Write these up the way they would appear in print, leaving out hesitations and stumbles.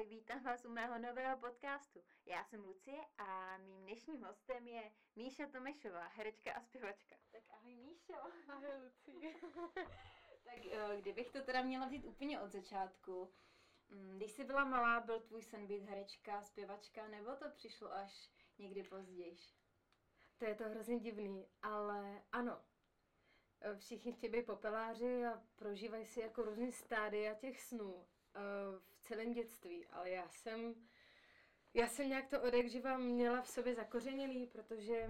Ahoj, vítám vás u mého nového podcastu. Já jsem Lucie a mým dnešním hostem je Míša Tomešová, herečka a zpěvačka. Tak ahoj Míšo. Ahoj Lucie. Tak kdybych to teda měla vzít úplně od začátku, když jsi byla malá, byl tvůj sen být herečka, zpěvačka, nebo to přišlo až někdy později? To je to hrozně divný, ale ano. Všichni chtějí být popeláři a prožívají si jako různý stádia těch snů v celém dětství, ale já jsem nějak to odjakživa měla v sobě zakořeněný, protože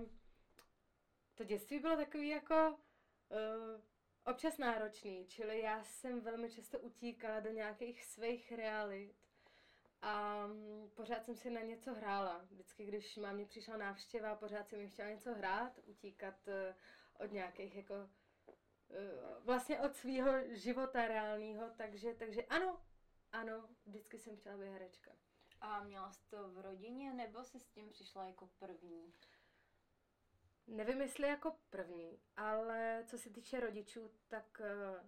to dětství bylo takový jako občas náročný, čili já jsem velmi často utíkala do nějakých svých realit a pořád jsem si na něco hrála. Vždycky, když mámě přišla návštěva, pořád jsem mi chtěla něco hrát, utíkat od nějakých jako vlastně od svého života reálného, takže ano, vždycky jsem chtěla být herečka. A měla jsi to v rodině, nebo jsi s tím přišla jako první? Nevím, jestli jako první, ale co se týče rodičů, tak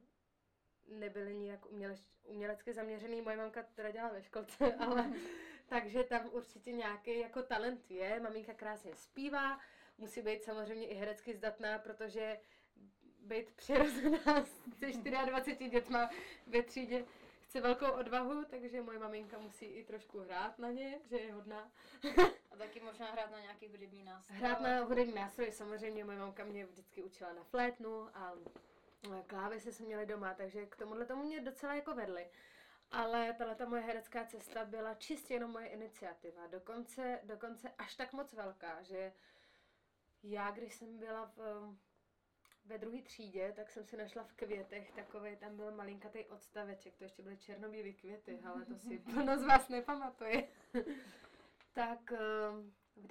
nebyli nijak umělecky zaměřený. Moje mamka teda dělala ve školce, ale takže tam určitě nějaký jako talent je. Maminka krásně zpívá, musí být samozřejmě i herecky zdatná, protože být přirozená se 24 dětma ve třídě chce velkou odvahu, takže moje maminka musí i trošku hrát na ně, že je hodná. A taky možná hrát na nějaký hudební nástroj. Hrát na hudební nástroj, samozřejmě moje mamka mě vždycky učila na flétnu a klávesy jsme měli doma, takže k tomuhle tomu mě docela jako vedli. Ale tahleta moje herecká cesta byla čistě jenom moje iniciativa, dokonce až tak moc velká, že já, když jsem byla ve druhé třídě, tak jsem si našla v Květech takovej, tam byl malinkatý odstaveček, to ještě byly černobílý květy, ale to si plno z vás nepamatuje. Tak v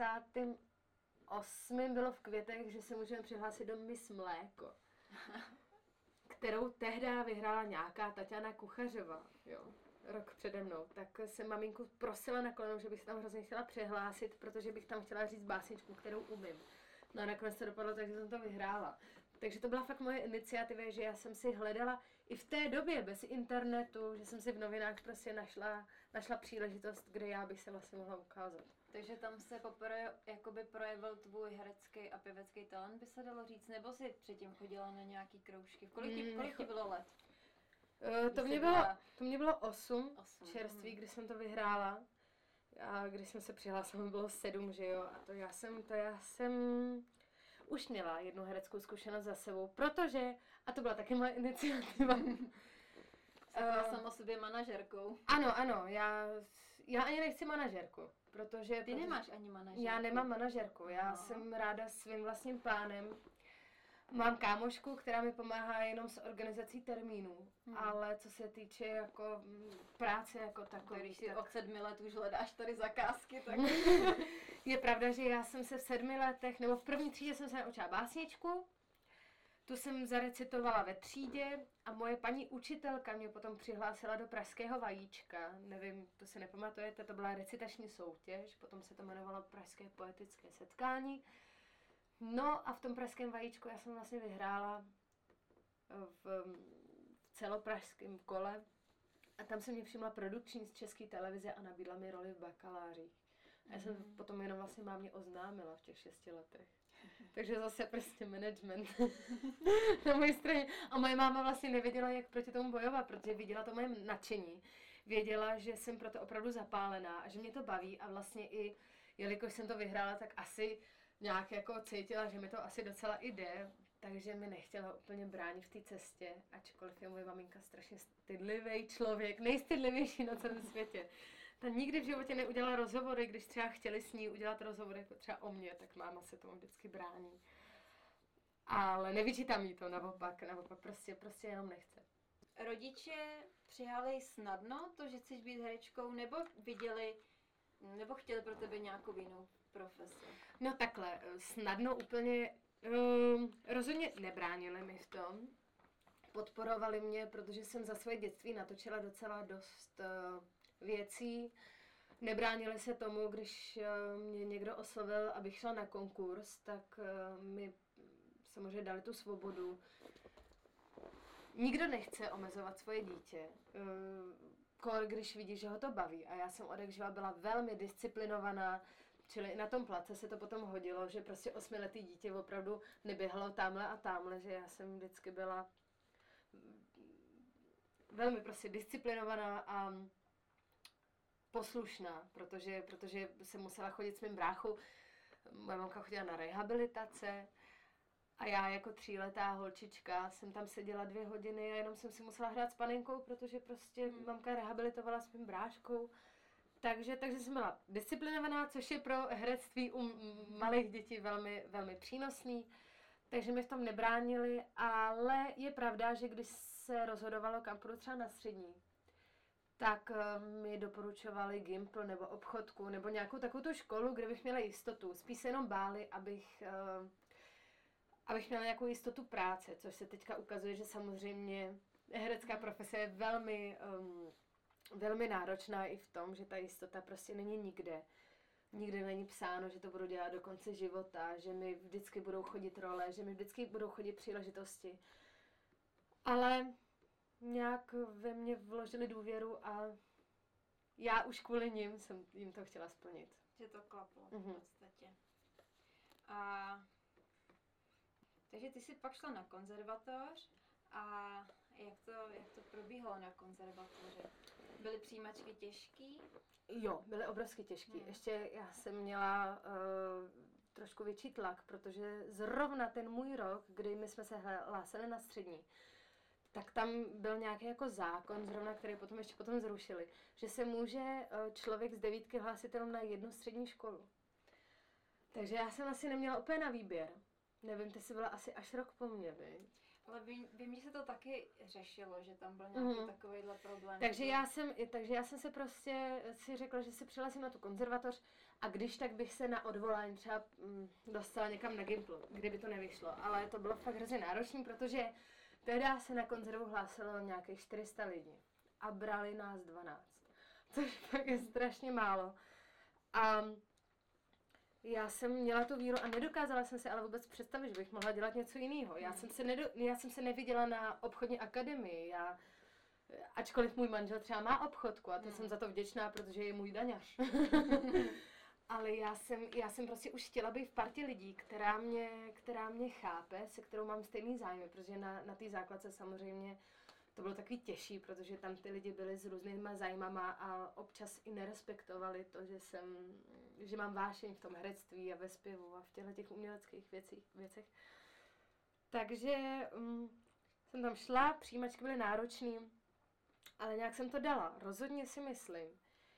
98. bylo v Květech, že se můžeme přihlásit do Miss Mléko, kterou tehdy vyhrála nějaká Taťána Kuchařová, jo, rok přede mnou. Tak jsem maminku prosila na kolenou, že bych se tam hrozně chtěla přihlásit, protože bych tam chtěla říct básničku, kterou umím. No a nakonec to dopadlo tak, že jsem to vyhrála. Takže to byla fakt moje iniciativa, že já jsem si hledala i v té době bez internetu, že jsem si v novinách prostě našla příležitost, kde já bych se vlastně mohla ukázat. Takže tam se poprvé jakoby projevil tvůj herecký a pěvecký talent, by se dalo říct, nebo jsi předtím chodila na nějaký kroužky? Kolik ti bylo let? To mě bylo 8 čerství, kdy jsem to vyhrála. A když jsem se přihlásila, mi bylo 7, že jo, a to já jsem už měla jednu hereckou zkušenost za sebou, protože, a to byla taky moje iniciativa. Byla sama sobě manažerkou. Ano, já ani nechci manažerku, protože... Ty nemáš ani manažerku. Já nemám manažerku, já jsem ráda svým vlastním pánem. Mám kámošku, která mi pomáhá jenom s organizací termínů, ale co se týče jako práce jako takový. Když si od 7 let už hledáš tady zakázky, tak... Je pravda, že já jsem se v 7 letech, nebo v první třídě jsem se naučila básničku, tu jsem zarecitovala ve třídě a moje paní učitelka mě potom přihlásila do Pražského vajíčka, nevím, to si nepamatujete, to byla recitační soutěž, potom se to jmenovalo Pražské poetické setkání. No a v tom Pražském vajíčku já jsem vlastně vyhrála v celopražském kole a tam se mě všimla produkční z České televize a nabídla mi roli v Bakalářích. A já jsem potom jenom vlastně mámě oznámila v těch 6 letech. Takže zase prostě management na mojí straně. A moje máma vlastně nevěděla, jak proti tomu bojovat, protože viděla to moje nadšení. Věděla, že jsem proto opravdu zapálená a že mě to baví a vlastně i, jelikož jsem to vyhrála, tak asi nějak jako cítila, že mi to asi docela jde, takže mi nechtěla úplně bránit v té cestě, ačkoliv je moje maminka strašně stydlivý člověk, nejstydlivější na celém světě. Ta nikdy v životě neudělala rozhovory, když třeba chtěli s ní udělat rozhovory jako třeba o mně, tak máma se tomu vždycky brání. Ale nevyčítám jí to, naopak prostě jenom nechce. Rodiče přijali snadno to, že chceš být herečkou, nebo viděli, nebo chtěli pro tebe nějakou jinou profesi? No takhle, snadno úplně, rozhodně nebránili mi v tom. Podporovali mě, protože jsem za svoje dětství natočila docela dost věcí. Nebránili se tomu, když mě někdo oslovil, abych šla na konkurs, tak mi samozřejmě dali tu svobodu. Nikdo nechce omezovat svoje dítě. kor, když vidí, že ho to baví. A já jsem odjakživa byla velmi disciplinovaná, čili i na tom place se to potom hodilo, že prostě 8letý dítě opravdu neběhalo tamhle a tamhle, že já jsem vždycky byla velmi prostě disciplinovaná a poslušná, protože jsem musela chodit s mým bráchou. Moje mamka chodila na rehabilitace a já jako 3letá holčička jsem tam seděla 2 hodiny a jenom jsem si musela hrát s panenkou, protože prostě mamka rehabilitovala s mým bráškou. Takže jsem byla disciplinovaná, což je pro herectví u malých dětí velmi, velmi přínosný. Takže mi v tom nebránili, ale je pravda, že když se rozhodovalo, kam půjdu třeba na střední, tak mi doporučovali Gimpl nebo obchodku nebo nějakou takovou tu školu, kde bych měla jistotu. Spíš se jenom báli, abych měla nějakou jistotu práce, což se teďka ukazuje, že samozřejmě herecká profese je velmi, velmi náročná i v tom, že ta jistota prostě není nikde. Nikde není psáno, že to budu dělat do konce života, že mi vždycky budou chodit role, že mi vždycky budou chodit příležitosti. Ale nějak ve mně vložili důvěru a já už kvůli nim jsem jim to chtěla splnit. Že to klaplo v podstatě. A takže ty jsi pak šla na konzervatoř a jak to probíhalo na konzervatoři? Byly přijímačky těžký? Jo, byly obrovsky těžký. Ještě já jsem měla trošku větší tlak, protože zrovna ten můj rok, kdy my jsme se hlásili na střední, tak tam byl nějaký jako zákon, zrovna který potom zrušili, že se může člověk z 9 hlásit jenom na 1 střední školu. Takže já jsem asi neměla úplně na výběr. Nevím, ty jsi byla asi až rok po mně, viď? Ale vím, že se to taky řešilo, že tam byl nějaký takovýhle problém. Takže já jsem se prostě si řekla, že si přihlásím na tu konzervatoř a když tak bych se na odvolání třeba dostala někam na Gimpl, kdyby to nevyšlo. Ale to bylo fakt hrozně náročné, protože tehdy se na konzervu hlásilo nějakých 400 lidí a brali nás 12, což fakt je strašně málo. A já jsem měla tu víru a nedokázala jsem si ale vůbec představit, že bych mohla dělat něco jiného. Já jsem se neviděla na obchodní akademii. Ačkoliv můj manžel třeba má obchodku a to jsem za to vděčná, protože je můj daňař. Ale já jsem prostě už chtěla být v partě lidí, která mě chápe, se kterou mám stejný zájmy, protože na té základce samozřejmě to bylo takový těžší, protože tam ty lidi byli s různýma zájmama a občas i nerespektovali to, že mám vášeň v tom herectví a ve zpěvu a v těch uměleckých věcech. Takže jsem tam šla, přijímačky byly náročný, ale nějak jsem to dala. Rozhodně si myslím,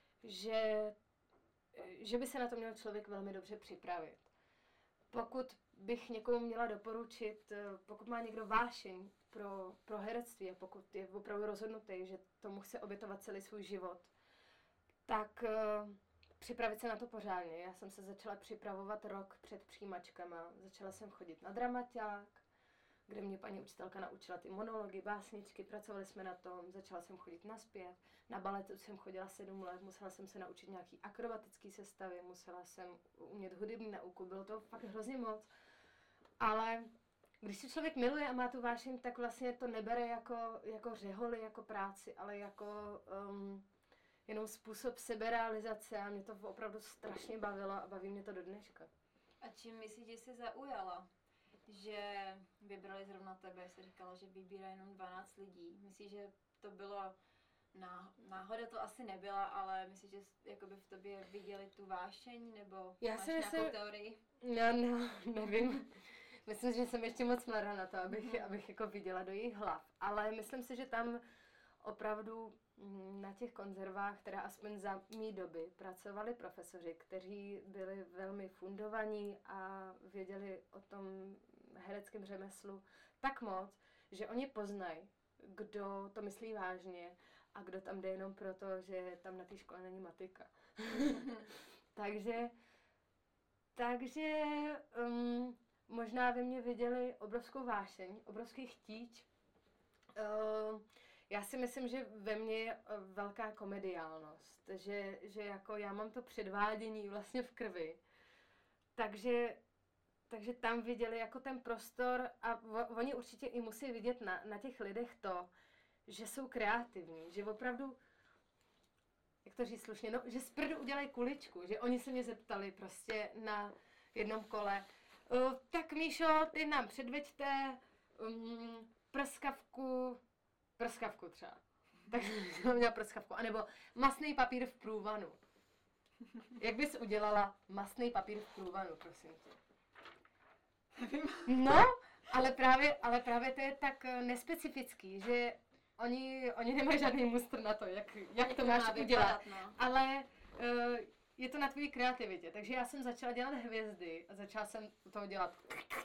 že by se na to měl člověk velmi dobře připravit. Pokud bych někomu měla doporučit, pokud má někdo vášeň pro herectví a pokud je opravdu rozhodnutý, že tomu chce obětovat celý svůj život, tak připravit se na to pořádně. Já jsem se začala připravovat rok před přijímačkama. Začala jsem chodit na dramaťák, kde mě paní učitelka naučila ty monology, básničky, pracovali jsme na tom, začala jsem chodit na zpěv, na balet jsem chodila 7 let, musela jsem se naučit nějaký akrobatický sestavy, musela jsem umět hudební nauku, bylo to fakt hrozně moc, ale když se člověk miluje a má tu vášeň, tak vlastně to nebere jako řeholy, jako práci, ale jako jenom způsob seberealizace a mě to opravdu strašně bavilo a baví mě to do dneška. A čím myslíš, že jsi zaujala? Že vybrali zrovna tebe, jsi říkala, že vybírá jenom 12 lidí. Myslíš, že to bylo náhoda, to asi nebyla, ale myslíš, že jakoby v tobě viděli tu vášeň, nebo máš nějakou teorii? No, nevím. Myslím, že jsem ještě moc mladá na to, abych jako viděla do jejich hlav. Ale myslím si, že tam opravdu na těch konzervách, teda aspoň za mý doby, pracovali profesoři, kteří byli velmi fundovaní a věděli o tom hereckém řemeslu tak moc, že oni poznají, kdo to myslí vážně a kdo tam jde jenom proto, že tam na té škole není matika. takže možná ve mně viděli obrovskou vášeň, obrovský chtíč. Já si myslím, že ve mně je velká komediálnost, že jako já mám to předvádění vlastně v krvi. Takže tam viděli jako ten prostor a oni určitě i musí vidět na těch lidech to, že jsou kreativní, že opravdu jak to říct slušně, no, že z prdu udělají kuličku, že oni se mě zeptali prostě na jednom kole, tak Míšo, ty nám předveďte prskavku třeba. Tak jsem měla prskavku, anebo masný papír v průvanu. Jak bys udělala masný papír v průvanu, prosím tě? No, ale právě to je tak nespecifický, že oni nemají žádný mustr na to, jak to máš udělat. No. Ale je to na tvojí kreativitě. Takže já jsem začala dělat hvězdy a začala jsem u toho dělat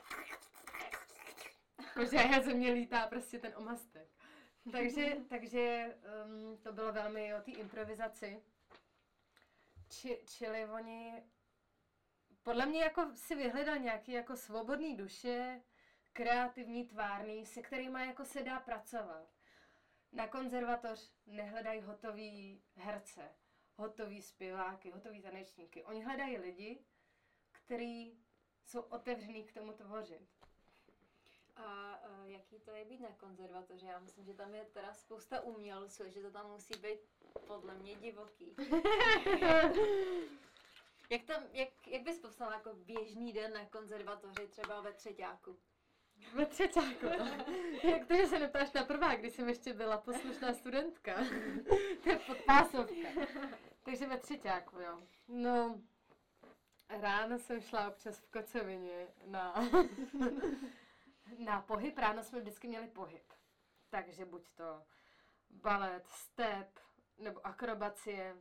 protože ze mě lítá prostě ten omastek. Takže to bylo velmi o té improvizaci. Čili oni podle mě jako si vyhledal nějaký jako svobodný duše, kreativní, tvárný, se kterýma jako se dá pracovat. Na konzervatoř nehledají hotový herce, hotový zpěváky, hotový tanečníky. Oni hledají lidi, kteří jsou otevřený k tomu tvořit. A jaký to je být na konzervatoři? Já myslím, že tam je teda spousta umělců, že to tam musí být podle mě divoký. Jak bys popsala jako běžný den na konzervatoři, třeba ve třeťáku? Ve třeťáku? Jak to, že se neptáš na prvák, když jsem ještě byla poslušná studentka? To je podpásovka. Takže ve třeťáku, jo. No, ráno jsem šla občas v kocovině na pohyb. Ráno jsme vždycky měli pohyb. Takže buď to balet, step, nebo akrobacie.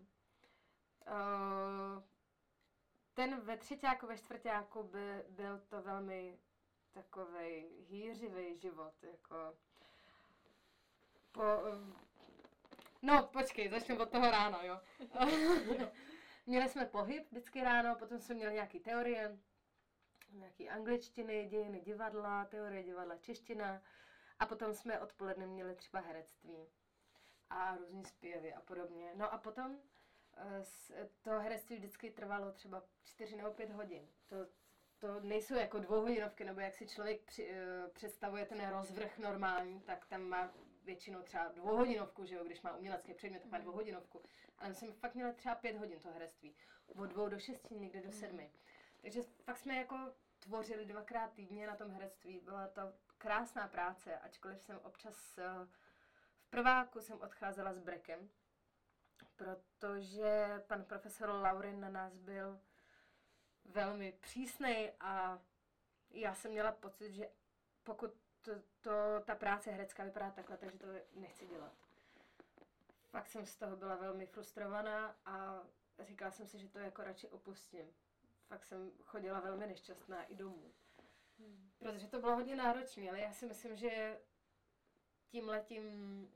Ten ve třeťáku, ve čtvrťáku byl to velmi takovej hýřivý život, jako no počkej, začnu od toho rána, jo. Měli jsme pohyb vždycky ráno, potom jsme měli nějaký teorie, nějaký angličtiny, dějiny divadla, teorie divadla, čeština a potom jsme odpoledne měli třeba herectví a různý zpěvy a podobně. No a potom to herectví vždycky trvalo třeba 4 nebo 5 hodin. To nejsou jako 2hodinovky, nebo jak si člověk představuje ten rozvrh normální, tak tam má většinou třeba 2hodinovku, že jo, když má umělecký předmět, tak má 2hodinovku. Ale my jsme fakt měli třeba 5 hodin to herectví. Od 2 do 6, někde do 7. Takže fakt jsme jako tvořili 2krát týdně na tom herectví. Byla to krásná práce, ačkoliv jsem občas v prváku jsem odcházela s brekem, protože pan profesor Laurin na nás byl velmi přísnej a já jsem měla pocit, že pokud ta práce herecká vypadá takhle, takže to nechci dělat. Fakt jsem z toho byla velmi frustrovaná a říkala jsem si, že to jako radši opustím. Fakt jsem chodila velmi nešťastná i domů. Protože to bylo hodně náročné, ale já si myslím, že tímhletím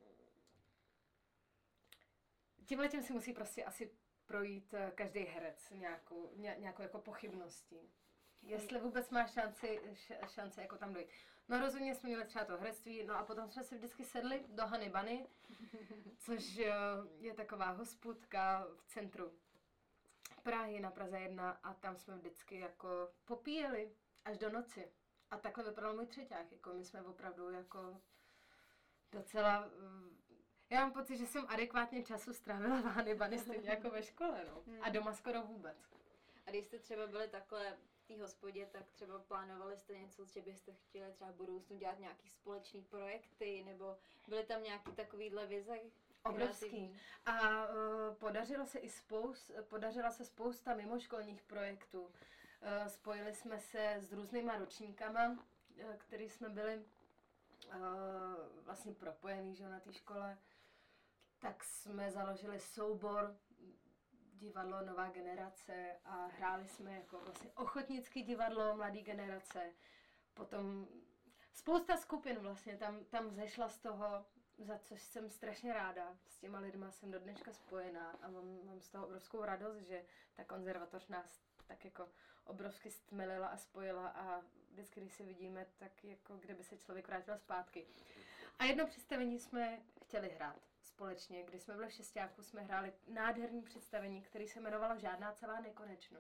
si musí prostě asi projít každý herec nějakou jako pochybností. Jestli vůbec má šanci jako tam dojít. No rozhodně jsme měli třeba to herectví, no a potom jsme si vždycky sedli do Hany Bany, což je taková hospůdka v centru Prahy na Praze 1 a tam jsme vždycky jako popíjeli až do noci. A takhle vypadal můj třeťák, jako my jsme opravdu jako docela... Já mám pocit, že jsem adekvátně času strávila v Hany Bany stejně jako ve škole, no. A doma skoro vůbec. A když jste třeba byli takhle v té hospodě, tak třeba plánovali jste něco, že byste chtěli třeba v budoucnu dělat nějaký společný projekty, nebo byly tam nějaký takovýhle vize? Obrovský. A podařila se spousta mimoškolních projektů. Spojili jsme se s různýma ročníkama, který jsme byli vlastně propojený, že na té škole. Tak jsme založili soubor divadlo Nová generace a hráli jsme jako vlastně ochotnické divadlo Mladé generace. Potom spousta skupin vlastně tam zešla z toho, za což jsem strašně ráda. S těma lidma jsem do dneška spojená a mám z toho obrovskou radost, že ta konzervatoř nás tak jako obrovsky stmelila a spojila a vždycky, když se vidíme, tak jako kdyby se člověk vrátil zpátky. A jedno představení jsme chtěli hrát společně. Když jsme byli v šestáku, jsme hráli nádherný představení, které se jmenovalo Žádná celá nekonečno.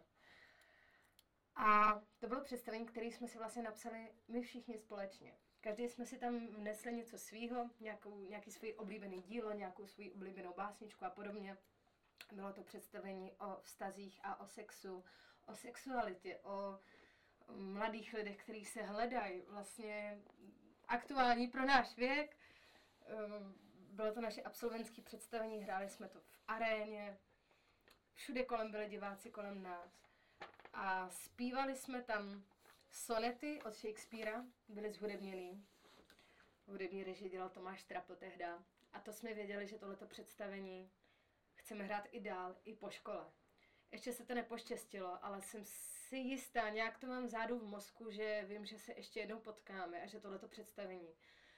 A to bylo představení, které jsme si vlastně napsali my všichni společně. Každý jsme si tam vnesli něco svýho, nějaký svůj oblíbený dílo, nějakou svou oblíbenou básničku a podobně. Bylo to představení o vztazích a o sexu, o sexualitě, o mladých lidech, kteří se hledají, vlastně aktuální pro náš věk. Bylo to naše absolventské představení, hráli jsme to v aréně, všude kolem byli diváci kolem nás. A zpívali jsme tam sonety od Shakespearea, byly zhudebněný. Hudební režii dělal Tomáš Trapl tehda. A to jsme věděli, že tohleto představení chceme hrát i dál, i po škole. Ještě se to nepoštěstilo, ale jsem si jistá, nějak to mám vzadu v mozku, že vím, že se ještě jednou potkáme a že tohleto představení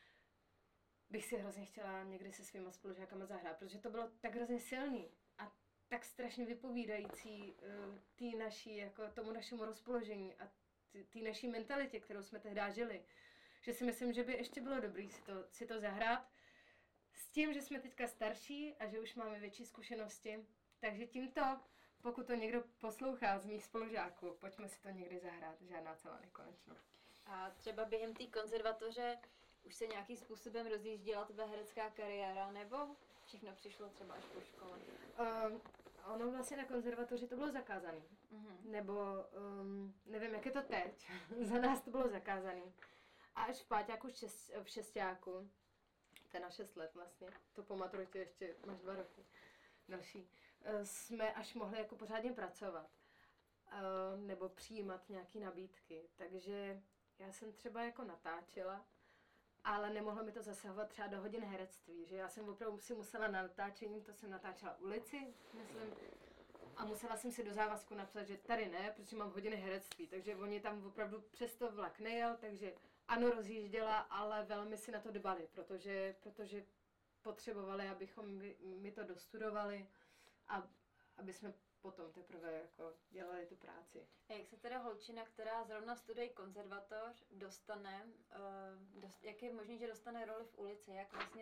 bych si hrozně chtěla někdy se svýma spolužákama zahrát, protože to bylo tak hrozně silný a tak strašně vypovídající tý naší, jako tomu našemu rozpoložení a tý naší mentalitě, kterou jsme tehdy žili, že si myslím, že by ještě bylo dobré si to zahrát s tím, že jsme teďka starší a že už máme větší zkušenosti. Takže tímto, pokud to někdo poslouchá z mých spolužáků, pojďme si to někdy zahrát, žádná celá nekonečná. A třeba během té konzervatoře už se nějakým způsobem rozjížděla tvé herecká kariéra, nebo všechno přišlo třeba až po škole? Ono vlastně na konzervatoři to bylo zakázané. Nebo nevím, jak je to teď. Za nás to bylo zakázané. A až v páťáku, v šestáku, to je na 6 let vlastně, to po maturitě ještě máš 2 roky další, jsme až mohli jako pořádně pracovat. Nebo přijímat nějaké nabídky. Takže já jsem třeba jako natáčela, ale nemohlo mi to zasahovat třeba do hodin herectví, že já jsem opravdu si musela na natáčení, to jsem natáčela ulici, myslím, a musela jsem si do závazku napsat, že tady ne, protože mám hodiny herectví, takže oni tam opravdu přesto vlak nejel, takže ano, rozjížděla, ale velmi si na to dbali, protože potřebovali, abychom my to dostudovali a aby jsme potom teprve jako dělali tu práci. A jak se teda holčina, která zrovna studuje konzervatoř, dostane, jak je možné, že dostane roli v ulici? Jak vlastně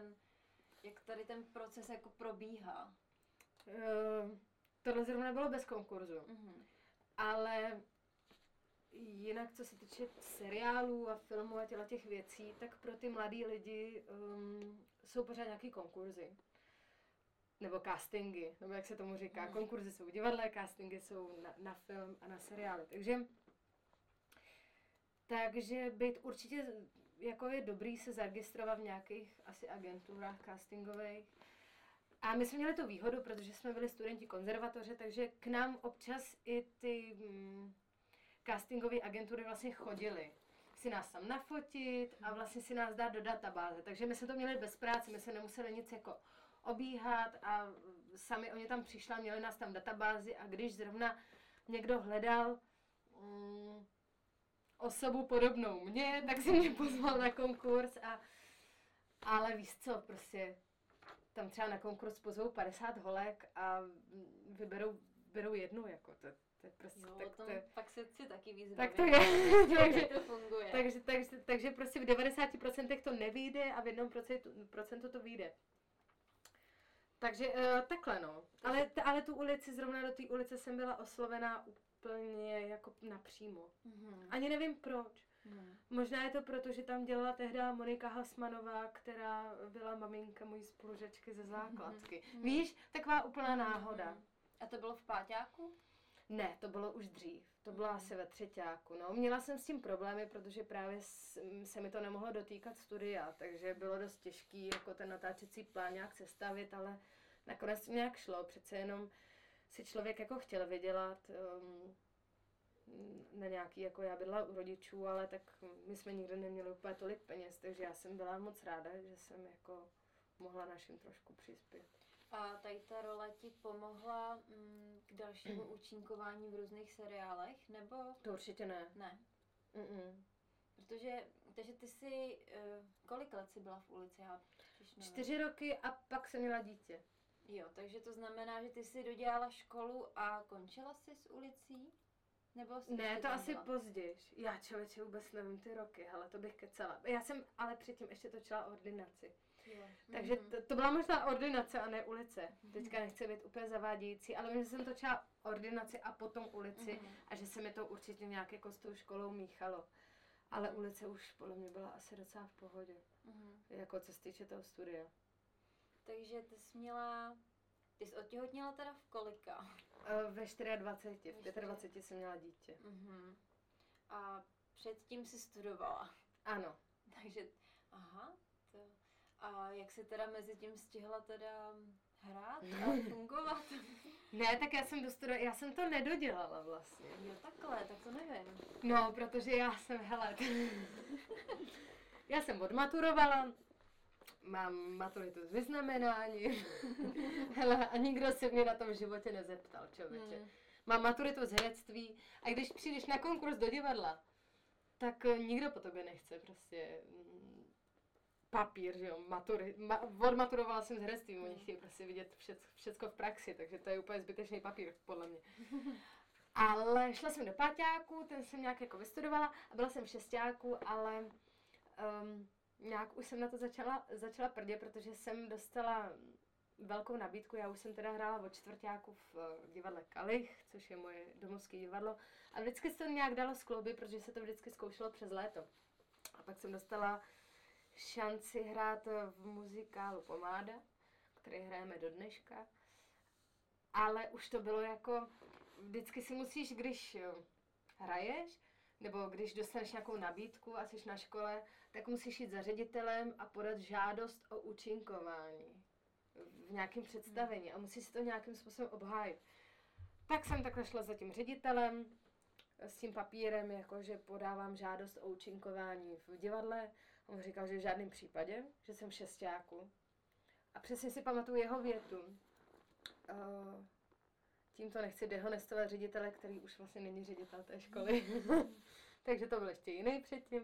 tady ten proces jako probíhá? Tohle zrovna bylo bez konkurzu. Ale jinak, co se týče seriálů a filmů a těch věcí, tak pro ty mladý lidi jsou pořád nějaký konkurzy. Nebo castingy, nebo jak se tomu říká. Konkurzy jsou v divadle, castingy jsou na film a na seriály. Takže být určitě jako je dobrý se zaregistrovat v nějakých asi agenturách castingových. A my jsme měli tu výhodu, protože jsme byli studenti konzervatoře, takže k nám občas i ty castingové agentury vlastně chodily si nás tam nafotit a vlastně si nás dát do databáze. Takže my jsme to měli bez práce, my jsme nemuseli nic jako obíhat a sami oni tam přišli, měli nás tam v databázi a když zrovna někdo hledal osobu podobnou mně, tak se mě pozval na konkurs ale víš co, prostě tam třeba na konkurs pozvou 50 holek a vyberou jednu, jako to je prostě, jo, tak to je, pak se si taky výzvy. tak to je, to funguje. takže prostě v 90% to nevyjde a v 1% to vyjde. Takže takhle no. Ale tu ulici, zrovna do té ulice jsem byla oslovená úplně jako napřímo. Ani nevím proč. Možná je to proto, že tam dělala tehdy Monika Hasmanová, která byla maminka mojí spolužačky ze základky. Víš, taková úplná náhoda. A to bylo v páťáku? Ne, to bylo už dřív. To bylo asi ve třeťáku. No. Měla jsem s tím problémy, protože právě se mi to nemohlo dotýkat studia, takže bylo dost těžký jako ten natáčecí plán nějak sestavit, ale nakonec to nějak šlo. Přece jenom si člověk jako chtěl vydělat na nějaký, jako já bydlela u rodičů, ale tak my jsme nikdy neměli úplně tolik peněz, takže já jsem byla moc ráda, že jsem jako mohla našim trošku přispět. A tady ta role ti pomohla k dalšímu účinkování v různých seriálech, nebo? To určitě ne. Ne. Takže ty jsi, kolik let jsi byla v ulici? 4 roky a pak jsem měla dítě. Jo, takže to znamená, že ty jsi dodělala školu a končila jsi s ulicí? Nebo ne, to asi později. Já člověče vůbec nevím ty roky, ale to bych kecala. Já jsem ale předtím ještě točila ordinaci. Jo. Takže to byla možná ordinace a ne ulice. Teďka nechci být úplně zavádějící, ale vím, že jsem točila ordinaci a potom ulici a že se mi to určitě nějak jako s tou školou míchalo. Ale ulice už podle mě byla asi docela v pohodě. Jako co se týče toho studia. Takže ty jsi měla Ty jsi otěhotněla teda v kolika? Ve 24, v 25 jsem měla dítě. A předtím si studovala? Ano. Takže, to. A jak se teda mezi tím stihla teda hrát a fungovat? Ne, tak já jsem to nedodělala vlastně. Jo, takhle, tak to nevím. No, protože já jsem odmaturovala, mám maturitu s vyznamenáním, hele, a nikdo se mě na tom v životě nezeptal, člověče. Mám maturitu z herectví a když přijdeš na konkurs do divadla, tak nikdo po tobě nechce prostě papír, že jo, odmaturovala jsem z herectví, oni chtějí prostě vidět všecko v praxi, takže to je úplně zbytečný papír, podle mě. Ale šla jsem do páťáku, ten jsem nějak jako vystudovala a byla jsem v šestáku, ale nějak už jsem na to začala prdě, protože jsem dostala velkou nabídku, já už jsem teda hrála od čtvrťáku v divadle Kalich, což je moje domovské divadlo a vždycky se to nějak dalo skloubit, protože se to vždycky zkoušelo přes léto. A pak jsem dostala šanci hrát v muzikálu Pomáda, který hrajeme do dneška, ale už to bylo jako, vždycky si musíš, když hraješ, nebo když dostaneš nějakou nabídku a jsi na škole, tak musíš jít za ředitelem a podat žádost o účinkování v nějakém představení a musíš si to nějakým způsobem obhájit. Tak jsem takhle šla za tím ředitelem s tím papírem, jakože podávám žádost o účinkování v divadle. On říkal, že v žádném případě, že jsem v šestáku. A přesně si pamatuju jeho větu. Tímto nechci dehonestovat ředitele, který už vlastně není ředitel té školy. Takže to byl ještě jiný předtím.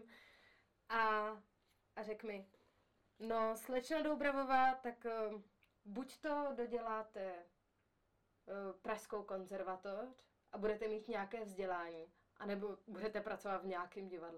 A řekl mi, no slečno Doubravová, tak buď to doděláte Pražskou konzervatoř a budete mít nějaké vzdělání, anebo budete pracovat v nějakém divadle.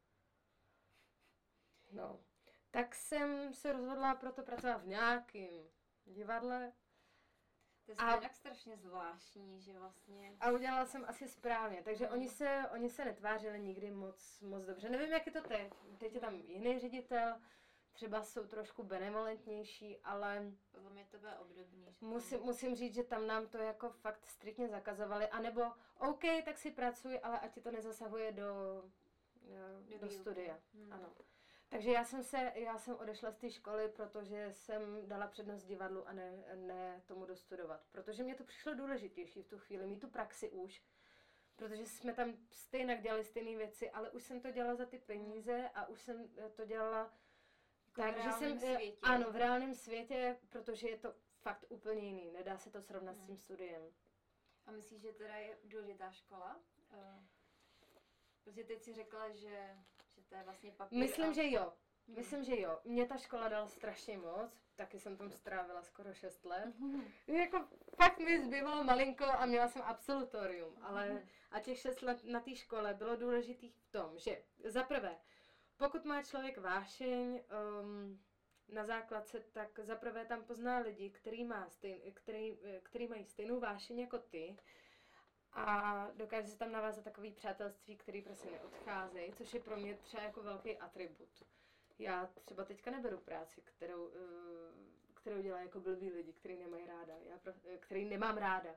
No, tak jsem se rozhodla proto pracovat v nějakém divadle. To je tak strašně zvláštní, že vlastně... A udělala jsem asi správně, takže oni se netvářili nikdy moc dobře. Nevím, jak je to teď. Teď je tam jiný ředitel, třeba jsou trošku benevolentnější, ale... Podle mě to bude obdobný. Musím říct, že tam nám to jako fakt striktně zakazovali, anebo OK, tak si pracuj, ale ať ti to nezasahuje do studia. Ano. Takže já jsem odešla z té školy, protože jsem dala přednost divadlu a ne tomu dostudovat. Protože mě to přišlo důležitější v tu chvíli, mít tu praxi už. Protože jsme tam stejně dělali stejné věci, ale už jsem to dělala za ty peníze a už jsem to dělala tak, že jsem... Světě. Ano, v reálném světě, protože je to fakt úplně jiný. Nedá se to srovnat s tím studiem. A myslíš, že teda je důležitá škola? Protože teď si řekla, že to je vlastně papír. Myslím, že jo. Myslím, že jo. Mě ta škola dala strašně moc. Taky jsem tam strávila skoro 6 let. Jako fakt mi zbývalo malinko a měla jsem absolutorium. Ale a těch 6 let na té škole bylo důležitých v tom, že za prvé, pokud má člověk vášeň na základce, tak za prvé tam pozná lidi, který mají stejnou vášeň jako ty. A dokáže se tam navázat takový přátelství, který prostě neodcházejí, což je pro mě třeba jako velký atribut. Já třeba teďka neberu práci, kterou dělají jako blbý lidi, který nemají ráda, který nemám ráda.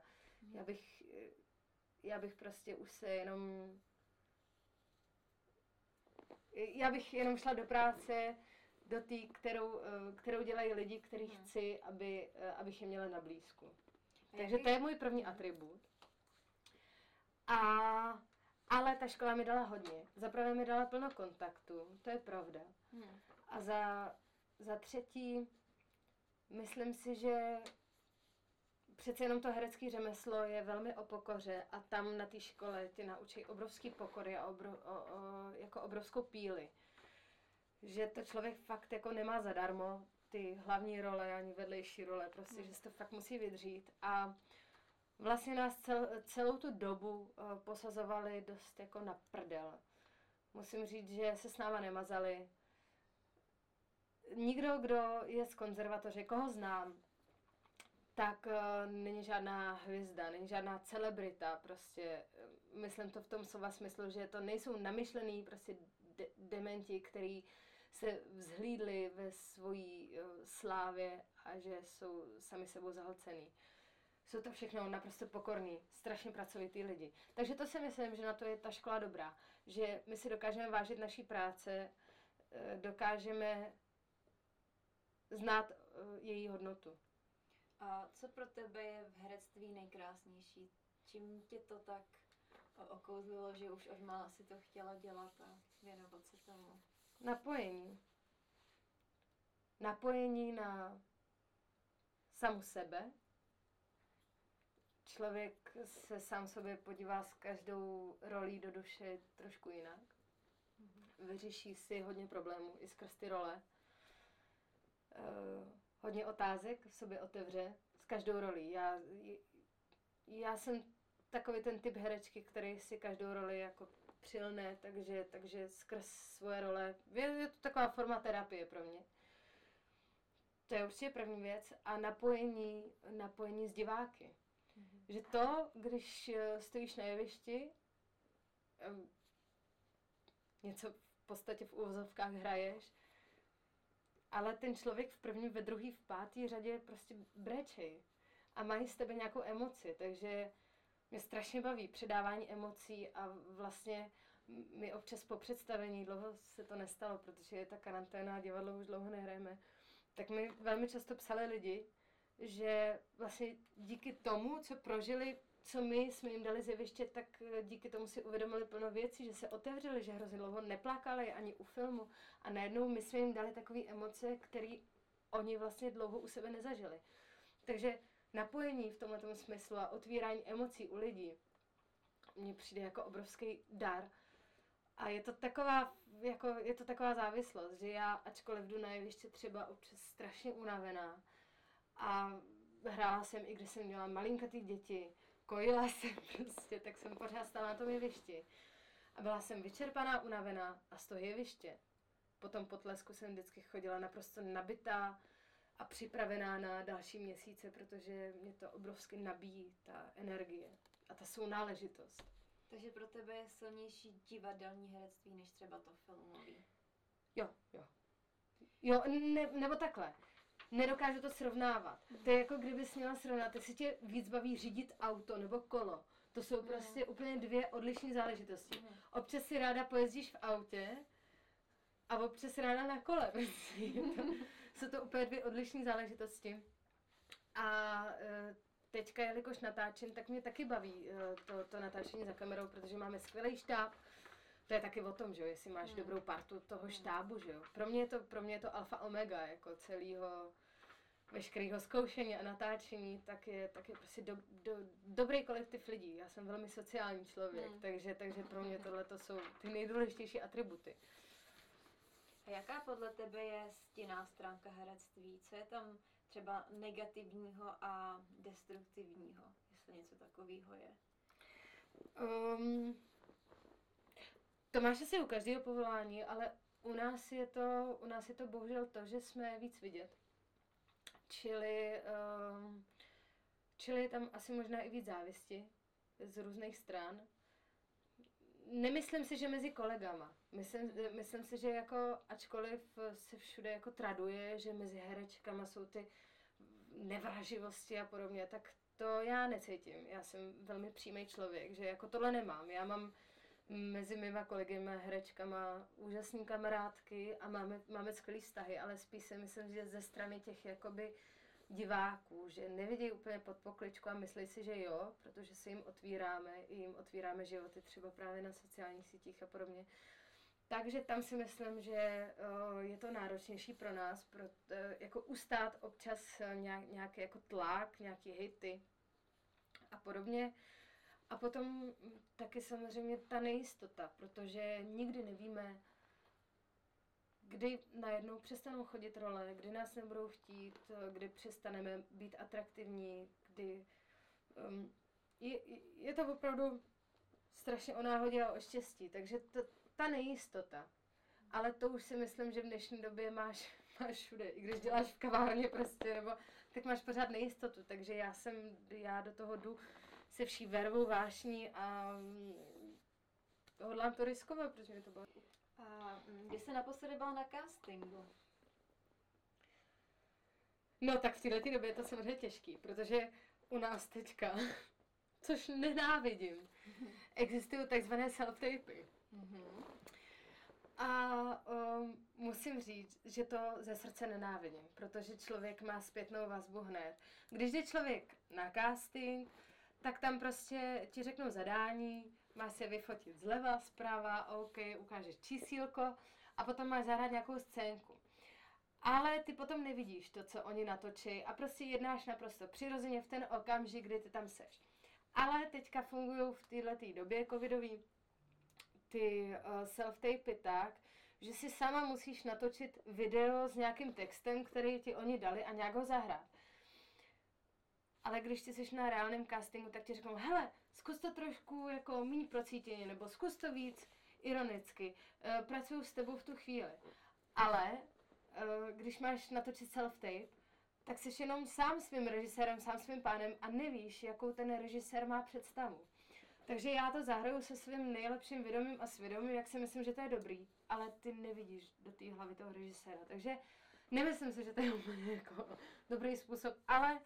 Já bych prostě už se jenom... Já bych jenom šla do práce, do té, kterou dělají lidi, který chci, abych je měla na blízku. Takže to je můj první atribut. Ale ta škola mi dala hodně. Zaprvé mi dala plno kontaktů, to je pravda. A za třetí, myslím si, že přece jenom to herecké řemeslo je velmi o pokoře a tam na té škole tě naučí obrovský pokory a jako obrovskou píli. Že to člověk fakt jako nemá zadarmo, ty hlavní role ani vedlejší role, prostě, že se to fakt musí vydřít. A vlastně nás celou tu dobu posazovali dost jako na prdel. Musím říct, že se s náma nemazali. Nikdo, kdo je z konzervatoře, koho znám, tak není žádná hvězda, není žádná celebrita, prostě myslím to v tom slova smyslu, že to nejsou namyšlený prostě dementi, se vzhlídli ve svojí slávě a že jsou sami sebou zahlcený. Jsou to všechno naprosto pokorní, strašně pracovitý lidi. Takže to si myslím, že na to je ta škola dobrá. Že my si dokážeme vážit naší práce, dokážeme znát její hodnotu. A co pro tebe je v herectví nejkrásnější? Čím tě to tak okouzlilo, že už od mala si to chtěla dělat a věnovat se tomu? Napojení. Napojení na samu sebe. Člověk se sám sobě podívá s každou rolí do duše trošku jinak. Vyřeší si hodně problémů i skrz ty role. Hodně otázek v sobě otevře s každou rolí. Já jsem takový ten typ herečky, který si každou roli jako přilne, takže skrz svoje role, je to taková forma terapie pro mě. To je určitě první věc. A napojení s diváky. Že to, když stojíš na jevišti, něco v podstatě v uvozovkách hraješ, ale ten člověk v první, ve druhý, v pátý řadě prostě brečej a mají z tebe nějakou emoci, takže mě strašně baví předávání emocí a vlastně my občas po představení, dlouho se to nestalo, protože je ta karanténa a divadlo už dlouho nehrajeme, tak mi velmi často psali lidi, že vlastně díky tomu, co prožili, co my jsme jim dali z jeviště, tak díky tomu si uvědomili plno věcí, že se otevřeli, že hrozně dlouho neplakali ani u filmu a najednou my jsme jim dali takové emoce, které oni vlastně dlouho u sebe nezažili. Takže napojení v tomto smyslu a otvírání emocí u lidí mně přijde jako obrovský dar. A je to taková závislost, že já, ačkoliv jdu na jeviště třeba občas strašně unavená a hrála jsem, i když jsem měla malinkatý děti, kojila jsem prostě, tak jsem pořád stála na tom jevišti. A byla jsem vyčerpaná, unavená a z toho jeviště. Po tom potlesku jsem vždycky chodila naprosto nabitá a připravená na další měsíce, protože mě to obrovsky nabíjí, ta energie a ta sounáležitost. Takže pro tebe je silnější divadelní herectví, než třeba to filmový? Jo, nebo takhle. Nedokážu to srovnávat. To je jako kdybys měla srovnat, jestli tě víc baví řídit auto nebo kolo. To jsou prostě úplně dvě odlišné záležitosti. Občas si ráda pojezdíš v autě a občas ráda na kole. Jsou to úplně dvě odlišné záležitosti. A teďka, jelikož natáčím, tak mě taky baví to natáčení za kamerou, protože máme skvělý štáb. To je taky o tom, že jo, jestli máš dobrou partu toho štábu, že jo. Pro mě je to alfa omega, jako celého veškerého zkoušení a natáčení, tak je prostě dobrý kolektiv lidí. Já jsem velmi sociální člověk, takže pro mě tohle jsou ty nejdůležitější atributy. A jaká podle tebe je stinná stránka herectví? Co je tam třeba negativního a destruktivního, jestli něco takového je? To máš asi u každého povolání, ale u nás je to bohužel to, že jsme víc vidět. Čili je tam asi možná i víc závisti z různých stran. Nemyslím si, že mezi kolegama. Myslím si, že jako ačkoliv se všude jako traduje, že mezi herečkama jsou ty nevraživosti a podobně, tak to já necítím. Já jsem velmi přímý člověk, že jako tohle nemám. Já mám mezi mýma kolegy herečkama úžasný kamarádky a máme skvělý vztahy, ale spíš si myslím, že ze strany těch jakoby diváků, že nevidí úplně pod pokličku a myslí si, že jo, protože se jim otvíráme životy třeba právě na sociálních sítích a podobně. Takže tam si myslím, že je to náročnější pro nás, jako ustát občas nějaký jako tlak, nějaký hejty a podobně. A potom taky samozřejmě ta nejistota, protože nikdy nevíme, kdy najednou přestanou chodit role, kdy nás nebudou chtít, kdy přestaneme být atraktivní, kdy je to opravdu strašně o náhodě a o štěstí, takže ta nejistota. Ale to už si myslím, že v dnešní době máš všude, i když děláš v kavárně prostě, nebo tak máš pořád nejistotu, takže já do toho jdu se vší vervou, vášní a hodlám to riskovat, protože mi to baví. A kdy jsi naposledy byla na castingu? No tak v této době je to samozřejmě těžký, protože u nás teďka, což nenávidím, existují takzvané self-tapy. Mm-hmm. A musím říct, že to ze srdce nenávidím, protože člověk má zpětnou vazbu hned. Když jde člověk na casting, tak tam prostě ti řeknou zadání, máš se vyfotit zleva, zprava, OK, ukážeš čísílko a potom máš zahrát nějakou scénku. Ale ty potom nevidíš to, co oni natočí a prostě jednáš naprosto přirozeně v ten okamžik, kdy ty tam seš. Ale teďka fungují v této době covidový ty self-tapy tak, že si sama musíš natočit video s nějakým textem, který ti oni dali a nějak ho zahrát. Ale když ty jsi na reálném castingu, tak ti řeknou, hele, zkus to trošku jako míň procítěně, nebo zkus to víc ironicky, pracuju s tebou v tu chvíli. Ale když máš natočit self-tape, tak jsi jenom sám svým režisérem, sám svým pánem a nevíš, jakou ten režisér má představu. Takže já to zahraju se svým nejlepším vědomím a svědomím, jak si myslím, že to je dobrý, ale ty nevidíš do té hlavy toho režiséra. Takže nemyslím si, že to je úplně jako dobrý způsob, ale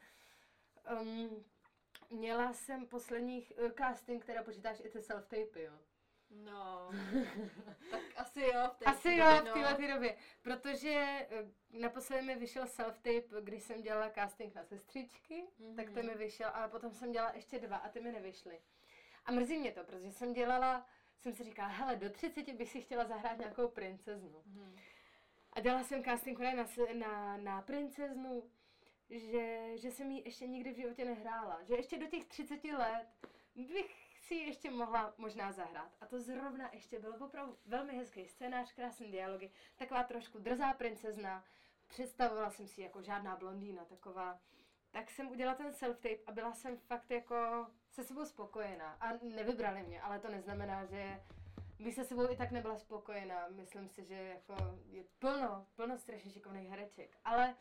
měla jsem posledních casting, která počítáš i ty self-tapy, jo. No, tak asi jo v této době, protože naposledy mi vyšel self-tape, když jsem dělala casting na sestřičky, tak to mi vyšel, ale potom jsem dělala ještě 2 a ty mi nevyšly. A mrzí mě to, protože jsem si říkala, hele, do 30 bych si chtěla zahrát nějakou princeznu. A dělala jsem casting na princeznu, že jsem ji ještě nikdy v životě nehrála. Že ještě do těch 30 let bych si ji ještě mohla možná zahrát. A to zrovna ještě bylo opravdu velmi hezký scénář, krásný dialogy, taková trošku drzá princezna. Představovala jsem si jako žádná blondýna, taková. Tak jsem udělala ten self-tape a byla jsem fakt jako se sebou spokojená. A nevybrali mě, ale to neznamená, že bych se sebou i tak nebyla spokojená. Myslím si, že jako je plno strašně šikovných hereček. Ale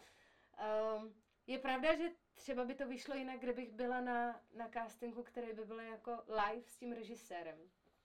je pravda, že třeba by to vyšlo jinak, kdybych byla na castingu, který by byl jako live s tím režisérem.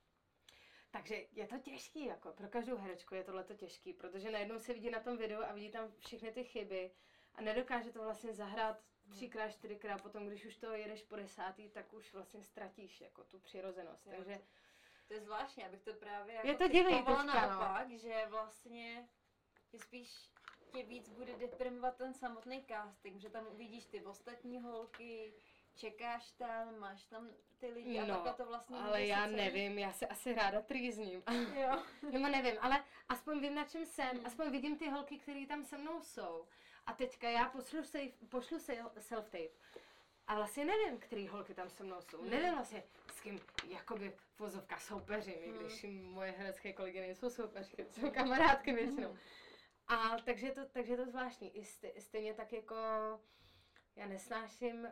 Takže je to těžký, jako pro každou herečku je tohleto těžký, protože najednou se vidí na tom videu a vidí tam všechny ty chyby a nedokáže to vlastně zahrát 3x, 4x, potom když už to jedeš po 10., tak už vlastně ztratíš jako tu přirozenost, jo, takže... To je zvláštní, abych to právě jako je to divný teďka, naopak, že vlastně je spíš tě víc bude deprimovat ten samotný casting, že tam uvidíš ty ostatní holky, čekáš tam, máš tam ty lidi a takhle to vlastně... ale já nevím, já se asi ráda trýzním. Jo. Nebo nevím, ale aspoň vím, na čem jsem, aspoň vidím ty holky, které tam se mnou jsou. A teďka já pošlu self-tape. A vlastně nevím, který holky tam se mnou jsou. Nevím vlastně, s kým jakoby v vozovkách soupeřím, i když moje herecké kolegy nejsou soupeřky, jsou kamarádky většinou. A takže je to zvláštní. I stejně tak jako já nesnáším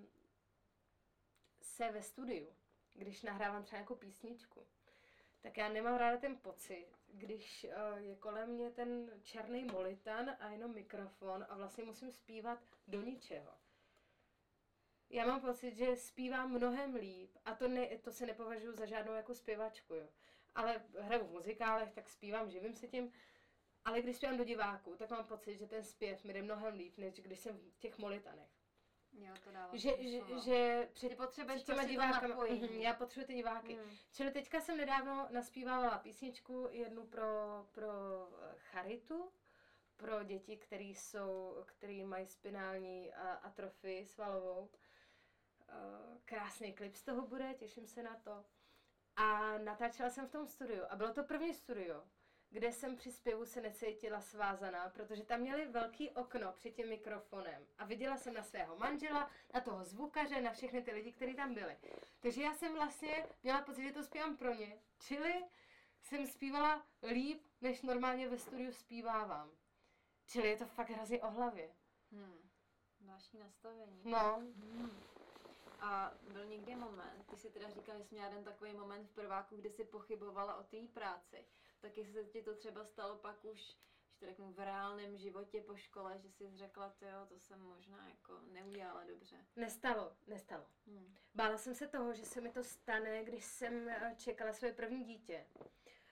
se ve studiu, když nahrávám třeba nějakou písničku. Tak já nemám ráda ten pocit, když je kolem mě ten černý molitan a jenom mikrofon a vlastně musím zpívat do ničeho. Já mám pocit, že zpívám mnohem líp a to se nepovažuji za žádnou jako zpěvačku, jo. Ale hraju v muzikálech, tak zpívám, živím se tím. Ale když zpívám do diváků, tak mám pocit, že ten zpěv mi jde mnohem líp, než když jsem v těch molitanech. Jo, to dává že před těma divákama, já potřebuji ty diváky. Čili teďka jsem nedávno naspívala písničku jednu pro charitu, pro děti, který mají spinální atrofii svalovou. Krásný klip z toho bude, těším se na to. A natáčela jsem v tom studiu a bylo to první studio, kde jsem při zpěvu se necítila svázaná, protože tam měli velký okno před tím mikrofonem a viděla jsem na svého manžela, na toho zvukaře, na všechny ty lidi, kteří tam byli. Takže já jsem vlastně měla pocit, že to zpívám pro ně, čili jsem zpívala líp, než normálně ve studiu zpívávám. Čili je to fakt hrozně o hlavě. Zvláštní nastavení. No. A byl někdy moment, ty si teda říkala, že jsi měla jeden takový moment v prváku, kdy jsi pochybovala o té práci. Tak jestli se ti to třeba stalo pak už, že to řeknu, v reálném životě po škole, že jsi řekla, to jsem možná jako neudělala dobře. Nestalo. Bála jsem se toho, že se mi to stane, když jsem čekala své první dítě.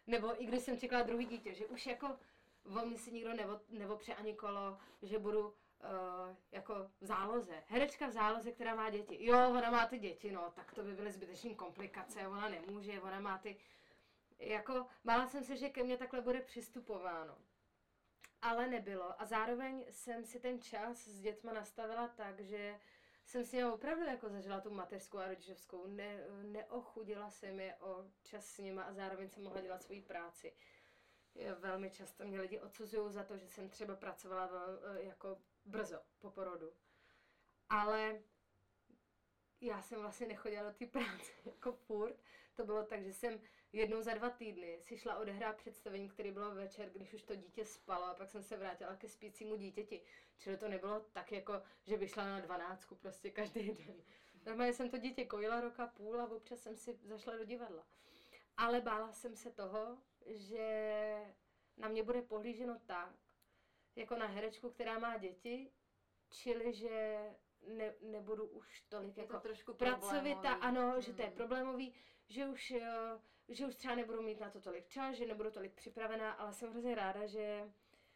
Nebo i když jsem čekala druhý dítě, že už jako o mě si nikdo nevopře ani kolo, že budu jako v záloze. Herečka v záloze, která má děti. Jo, ona má ty děti, no, tak to by byly zbytečné komplikace, ona nemůže, ona má ty... Jako, bála jsem se, že ke mně takhle bude přistupováno. Ale nebylo. A zároveň jsem si ten čas s dětma nastavila tak, že jsem si opravdu jako zažila tu mateřskou a rodičovskou. Neochudila jsem je o čas s nima a zároveň jsem mohla dělat svoji práci. Velmi často mě lidi odsuzují za to, že jsem třeba pracovala jako brzo po porodu. Ale já jsem vlastně nechodila do té práce jako furt. To bylo tak, že jsem jednou za 2 týdny si šla odehrát představení, které bylo večer, když už to dítě spalo, a pak jsem se vrátila ke spícímu dítěti. Čili to nebylo tak jako, že by šla na 12 prostě každý den. Normálně jsem to dítě kojila 1,5 roku a občas jsem si zašla do divadla. Ale bála jsem se toho, že na mě bude pohlíženo tak, jako na herečku, která má děti, čili že nebudu už tolik jako pracovitá, ano, že to je problémový, že už třeba nebudu mít na to tolik čas, že nebudu tolik připravená, ale jsem hrozně ráda, že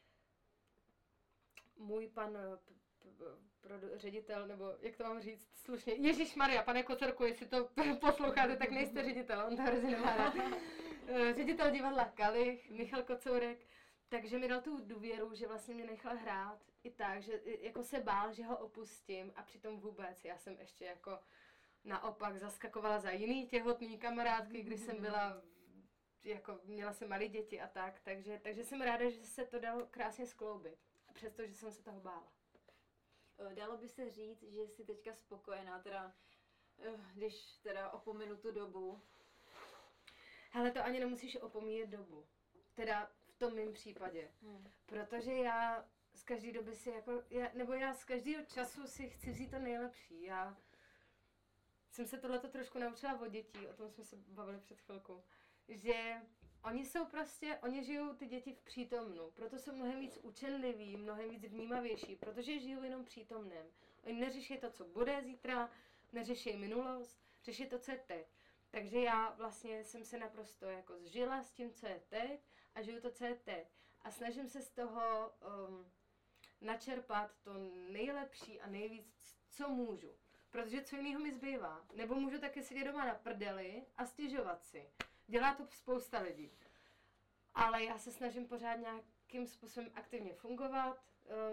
můj pan ředitel, nebo jak to mám říct slušně, Ježišmarja, pane Kocorku, jestli to posloucháte, tak nejste ředitel, on to hrozně nemá rád. Ředitel divadla Kalich, Michal Kocourek, takže mi dal tu důvěru, že vlastně mě nechal hrát i tak, že jako se bál, že ho opustím a přitom vůbec, já jsem ještě jako naopak zaskakovala za jiný těhotný kamarádky, když jsem byla, jako měla jsem malé děti a tak, takže jsem ráda, že se to dalo krásně skloubit, přestože jsem se toho bála. Dalo by se říct, že jsi teďka spokojená, teda, když teda opominu tu dobu? Hele, to ani nemusíš opomíjet dobu, teda v tom mém případě, protože já z každé doby si jako, já z každého času si chci vzít to nejlepší, já jsem se tohleto trošku naučila od dětí, o tom jsme se bavili před chvilkou, že oni žijou ty děti v přítomnu, proto jsou mnohem víc učenliví, mnohem víc vnímavější, protože žijou jenom přítomnem. Oni neřeší to, co bude zítra, neřeší minulost, řeší to, co je teď. Takže já vlastně jsem se naprosto jako zžila s tím, co je teď a žiju to, co je teď. A snažím se z toho načerpat to nejlepší a nejvíc, co můžu. Protože co jiného mi zbývá. Nebo můžu taky sedět doma na prdeli a stěžovat si. Dělá to spousta lidí. Ale já se snažím pořád nějakým způsobem aktivně fungovat.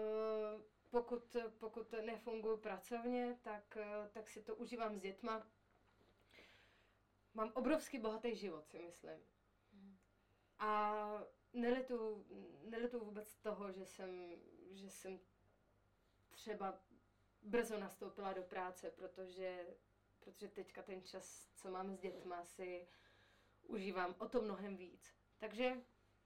Pokud nefunguji pracovně, tak si to užívám s dětma. Mám obrovský bohatý život, si myslím. A nelituju vůbec toho, že jsem třeba brzo nastoupila do práce, protože teďka ten čas, co mám s dětma, si užívám o to mnohem víc. Takže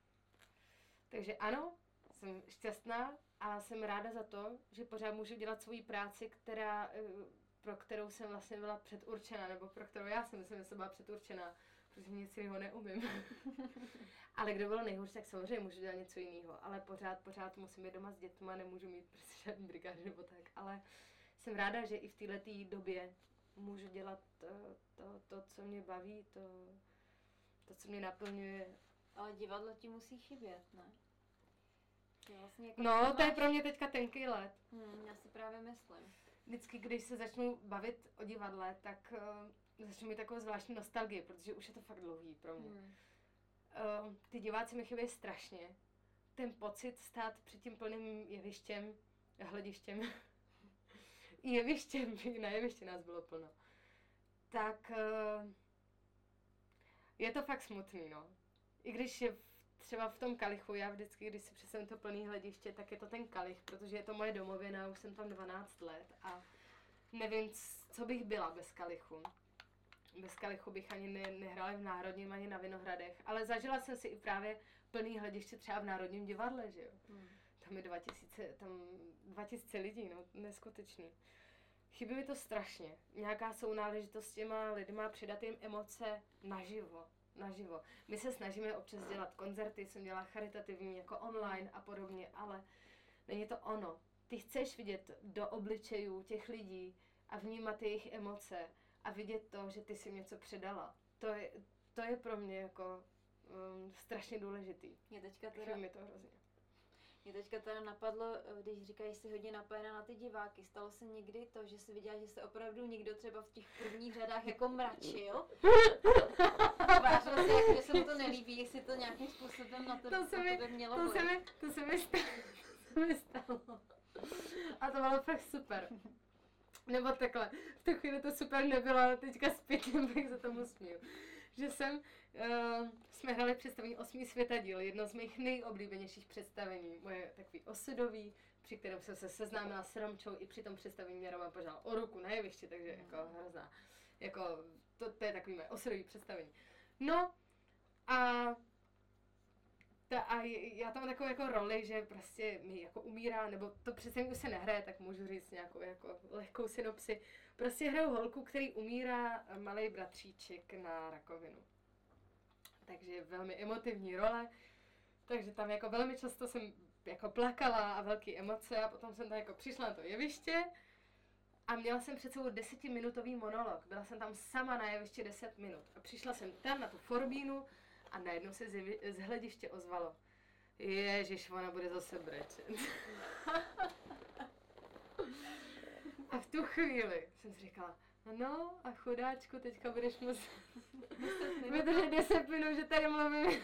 ano, jsem šťastná a jsem ráda za to, že pořád můžu dělat svoji práci, pro kterou jsem vlastně byla předurčena, nebo pro kterou já si myslím, že jsem byla předurčená, protože nic jiného neumím. Ale kdo bylo nejhůř, tak samozřejmě můžu dělat něco jiného, ale pořád musím být doma s dětma, nemůžu mít prostě žádný brigády nebo tak, ale jsem ráda, že i v této době můžu dělat to, co mě baví, to, co mě naplňuje. Ale divadlo ti musí chybět, ne? Vlastně jako no, to je pro mě teďka tenký led. Já si právě myslím. Vždycky, když se začnu bavit o divadle, tak začnu mít takovou zvláštní nostalgii, protože už je to fakt dlouhý pro mě. Ty diváci mi chybějí strašně. Ten pocit stát před tím plným hledištěm, jevištěm, na jeviště nás bylo plno, tak je to fakt smutný, no. I když je třeba v tom Kalichu, já vždycky, když si představím to plný hlediště, tak je to ten Kalich, protože je to moje domovina, už jsem tam 12 let a nevím, co bych byla bez Kalichu. Bez Kalichu bych ani nehrála v Národním, ani na Vinohradech, ale zažila jsem si i právě plný hlediště třeba v Národním divadle, že jo. Tam je 2000 lidí, no, neskutečný. Chybí mi to strašně. Nějaká sounáležitost s těma lidma, přidat jim emoce naživo. My se snažíme občas dělat koncerty, jsem dělala charitativní, jako online a podobně, ale není to ono. Ty chceš vidět do obličejů těch lidí a vnímat jejich emoce a vidět to, že ty jsi něco předala. To je pro mě jako strašně důležitý. Mě teďka Chybí mi to hrozně. Mě teďka teda napadlo, když říkáš, že jsi hodně napojená na ty diváky, stalo se někdy to, že jsi viděla, že se opravdu někdo třeba v těch prvních řadách jako mračil? Vážil se, jako, že se mu to nelíbí, jestli to nějakým způsobem na tebe mělo vliv. To se mi stalo. A to bylo fakt super. Nebo takhle, v tu chvíli to super nebylo, ale teďka zpětně bych se tomu směju. Že jsme hráli představení 8 světadíl, jedno z mých nejoblíbenějších představení, moje takový osudový, při kterém jsem se seznámila s Romčou, i při tom představení mě Roma požádal o ruku na jevišti, takže jako hrozná, jako to je takový moje osudový představení. No a já tam mám takovou jako roli, že prostě mi jako umírá, nebo to představení už se nehraje, tak můžu říct nějakou jako lehkou synopsi. Prostě hraju holku, který umírá malej bratříček na rakovinu. Takže velmi emotivní role, takže tam jako velmi často jsem jako plakala a velké emoce a potom jsem tam jako přišla na to jeviště a měla jsem před sebou 10minutový monolog. Byla jsem tam sama na jevišti 10 minut a přišla jsem tam na tu forbínu a najednou se z hlediště ozvalo: Ježiš, ona bude zase brečet. A v tu chvíli jsem si říkala, no a chudáčku, teďka budeš muset vydržet 10 minut, že tady mluvím.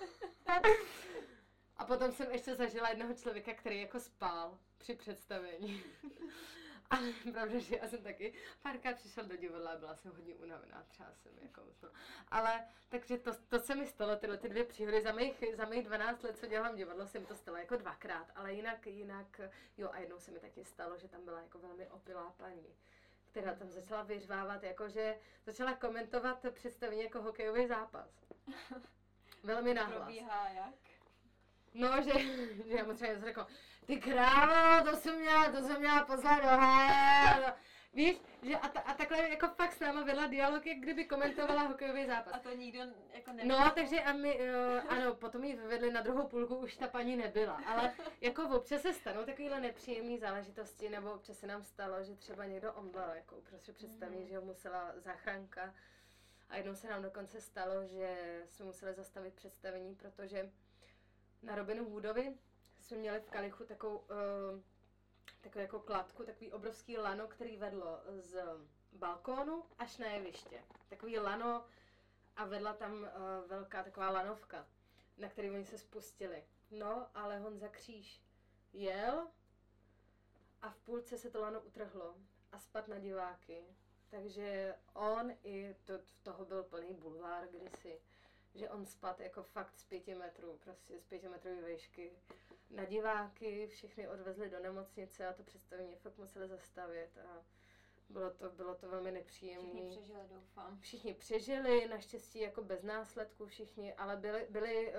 A potom jsem ještě zažila jednoho člověka, který jako spál při představení. A pravda, že já jsem taky párkrát přišla do divadla a byla jsem hodně unavená, třeba jsem jako no. Ale takže to se mi stalo, tyhle ty 2 příhody, za mých 12 let, co dělám divadlo, se mi to stalo jako 2krát, ale jinak, jo a jednou se mi taky stalo, že tam byla jako velmi opilá paní, která tam začala vyřvávat, jakože začala komentovat představení jako hokejový zápas. Velmi nahlas. Probíhá jak? No, že já mu třeba něco řekla, ty krávo, to jsem měla pozvat do háje. Víš, že a takhle jako fakt s náma vedla dialog, jak kdyby komentovala hokejový zápas. A to nikdo jako nebyl. No, takže a my, ano, potom ji vyvedli na druhou půlku, už ta paní nebyla, ale jako občas se stanou takovéhle nepříjemné záležitosti, nebo občas se nám stalo, že třeba někdo omdlel, jako uprostřed představení, že ho musela záchranka. A jednou se nám dokonce stalo, že jsme museli zastavit představení, protože na Robinu Hoodovi jsme měli v kalichu takovou jako kladku, takový obrovský lano, který vedlo z balkónu až na jeviště. Takový lano a vedla tam velká taková lanovka, na který oni se spustili. No, ale Honza Kříž jel a v půlce se to lano utrhlo a spadl na diváky. Takže on i toho byl plný bulvár kdysi, že on spadl jako fakt z 5 metrů, prostě z 5metrové výšky na diváky, všechny odvezli do nemocnice a to představení fakt museli zastavit a bylo to velmi nepříjemné. Všichni přežili, doufám. Všichni přežili, naštěstí jako bez následků všichni, ale byly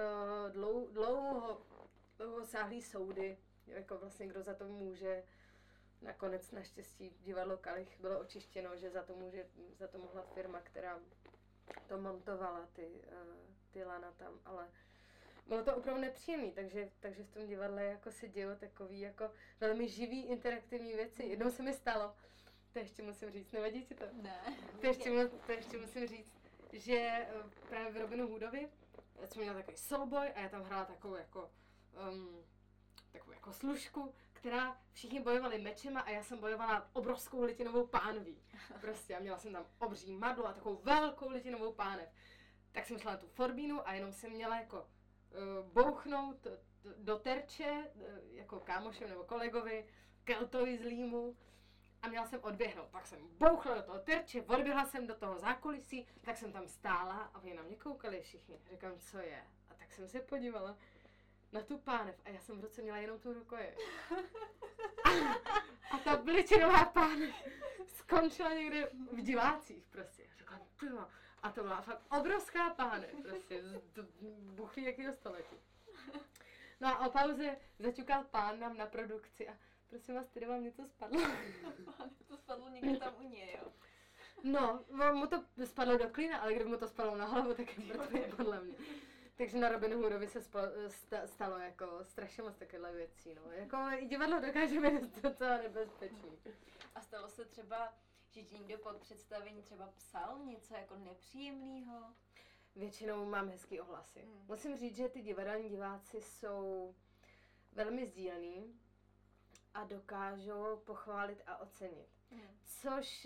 dlouhosáhlý soudy, jako vlastně kdo za to může. Nakonec naštěstí divadlo Kalich bylo očištěno, že za to mohla firma, která to montovala, ty lana tam, ale bylo to opravdu nepříjemné, takže v tom divadle jako se dělo takový jako velmi živý, interaktivní věci. Jednou se mi stalo, to ještě musím říct, nevadí ti to? Ne. To ještě musím říct, že právě v Robinu Hoodovi jsem měla takový souboj a já tam hrála takovou jako služku, která všichni bojovali mečema a já jsem bojovala obrovskou litinovou pánví. Prostě a měla jsem tam obří madlu a takovou velkou litinovou pánev. Tak jsem šla na tu forbínu a jenom jsem měla jako bouchnout do terče, jako kámošem nebo kolegovi, keltovi zlýmu a měla jsem odběhnout. Tak jsem bouchla do toho terče, odběhla jsem do toho zákulisí, tak jsem tam stála a oni na mě koukali všichni. Říkám, co je? A tak jsem se podívala na tu pánev a já jsem v ruce měla jenom tu rukojeť. A ta bličinová pánev skončila někde v divácích prostě. Říkám, tyjo. A to byla fakt obrovská pánev, prostě z buchví jakého století. No a o pauze zaťukal pán nám na produkci a prosím vás, tady vám něco spadlo. To spadlo někde tam u něj, jo? No, mu to spadlo do klína, ale kdyby mu to spadlo na hlavu, tak je mrtvý podle mě. Takže na Robinu Hoodovi se stalo jako strašně moc takovéhle věcí, no. Jako i divadlo dokáže být docela nebezpečný. A stalo se třeba, že ti někdo pod představení třeba psal něco jako nepříjemného? většinou mám hezký ohlasy. Musím říct, že ty divadelní diváci jsou velmi sdílní a dokážou pochválit a ocenit. Což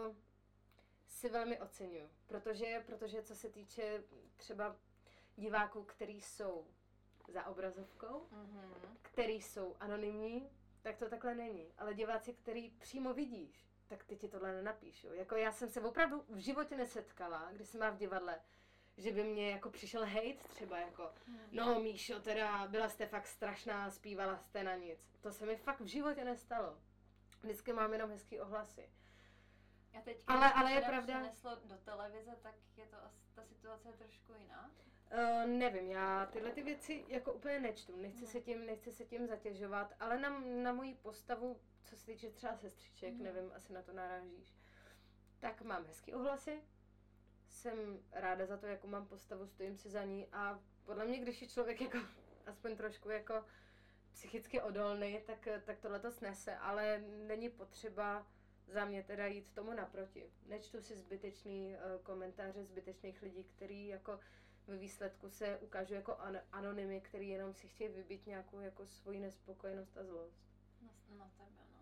si velmi oceňuju, protože co se týče třeba diváků, který jsou za obrazovkou, který jsou anonymní, tak to takhle není. Ale diváci, který přímo vidíš, tak ty ti tohle nenapíšou. Jako já jsem se opravdu v životě nesetkala, když jsem byla v divadle, že by mě jako přišel hejt třeba jako, no Míšo, teda byla jste fakt strašná, zpívala jste na nic. To se mi fakt v životě nestalo. Vždycky mám jenom hezký ohlasy. A teď, ale je pravda, přeneslo do televize, tak je to asi, ta situace je trošku jiná? Nevím, já tyhle ty věci jako úplně nečtu, nechci se tím zatěžovat, ale na moji postavu, co se týče třeba sestřiček, nevím, asi na to narážíš, tak mám hezký ohlasy, jsem ráda za to, jakou mám postavu, stojím si za ní a podle mě, když je člověk jako aspoň trošku jako psychicky odolný, tak tohle to snese, ale není potřeba za mě teda jít tomu naproti. Nečtu si zbytečný komentáře zbytečných lidí, který jako ve výsledku se ukážou jako anonymy, který jenom si chtějí vybít nějakou jako svoji nespokojenost a zlost. Na tebe, no.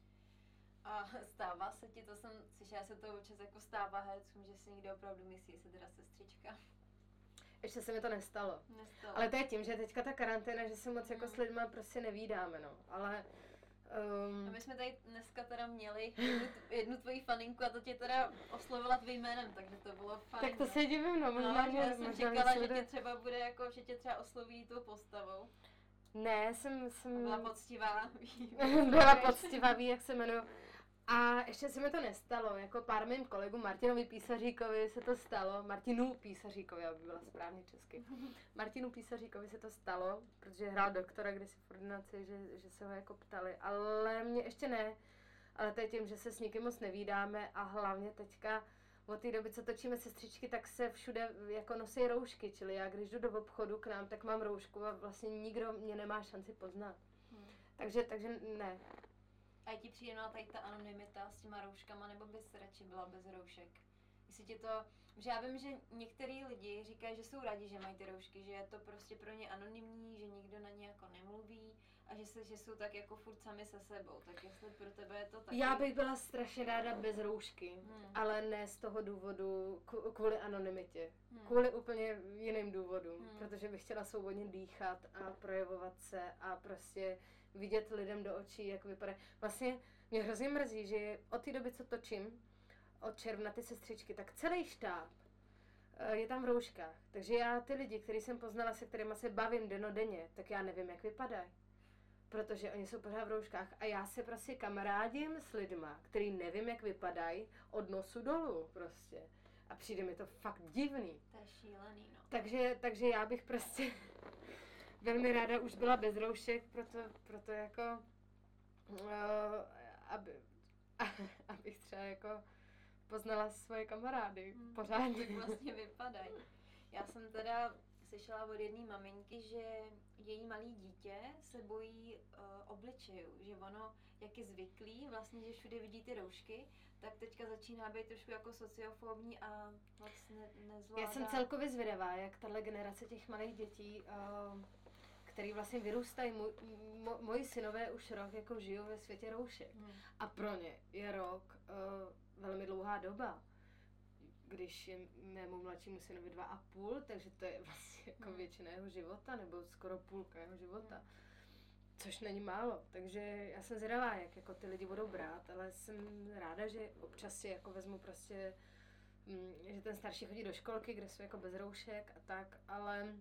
A stává se ti, to jsem slyšela, se to občas jako stává hercům, že si někdo opravdu myslí, že se teda sestřička. Ještě se mi to nestalo. Ale to je tím, že teďka ta karanténa, že se moc jako s lidma prostě nevídáme, no. Ale a my jsme tady dneska teda měli jednu tvoji faninku a to tě teda oslovila tvým jménem, takže to bylo fajn. Tak to se divím, no, možná, já jsem čekala, že tě třeba bude jako, že tě třeba osloví tou postavou. Ne, jsem byla poctivá. Byla poctivá, ví, jak se jmenuji. A ještě se mi to nestalo, jako pár mým kolegům Martinovi Písaříkovi se to stalo, Martinu Písaříkovi, aby byla správně česky. Martinu Písaříkovi se to stalo, protože hrál doktora kdysi v ordinaci, že se ho jako ptali, ale mě ještě ne. Ale to je tím, že se s nikým moc nevídáme a hlavně teďka od té doby, co točíme sestřičky, tak se všude jako nosí roušky, čili já když jdu do obchodu k nám, tak mám roušku a vlastně nikdo mě nemá šanci poznat. Takže ne. A je ti příjemná tady ta anonymita s těma rouškama, nebo bys radši byla bez roušek? Jestli ti to, že já vím, že některý lidi říkají, že jsou rádi, že mají ty roušky, že je to prostě pro ně anonymní, že nikdo na ně jako nemluví a že jsou tak jako furt sami se sebou, tak jestli pro tebe je to taky... Já bych byla strašně ráda bez roušky, ale ne z toho důvodu, kvůli anonymitě, kvůli úplně jiným důvodům, protože bych chtěla svobodně dýchat a projevovat se a prostě vidět lidem do očí, jak vypadá. Vlastně mě hrozně mrzí, že od té doby, co točím, od června ty sestřičky, tak celý štáb je tam v rouškách. Takže já ty lidi, který jsem poznala, se kterými se bavím dennodenně, tak já nevím, jak vypadají. Protože oni jsou pořád v rouškách a já se prostě kamarádím s lidma, který nevím, jak vypadají, od nosu dolů prostě. A přijde mi to fakt divný. To je šílený, no. Takže já bych prostě velmi ráda už byla bez roušek, proto jako, abych třeba jako poznala svoje kamarády pořádně. Jak vlastně vypadají. Já jsem teda slyšela od jedné maminky, že její malý dítě se bojí obličejů, že ono, jak je zvyklý, vlastně, že všude vidí ty roušky, tak teďka začíná být trošku jako sociofobní a vlastně nezvládá. Já jsem celkově zvědavá, jak tahle generace těch malých dětí, který vlastně vyrůstají, moji synové už rok jako žijou ve světě roušek. A pro ně je rok velmi dlouhá doba. Když je mému mladšímu synovi 2,5, takže to je vlastně jako většina jeho života, nebo skoro půlka jeho života. Což není málo, takže já jsem zvědavá, jak jako ty lidi budou brát, ale jsem ráda, že občas si jako vezmu prostě, že ten starší chodí do školky, kde jsou jako bez roušek a tak, ale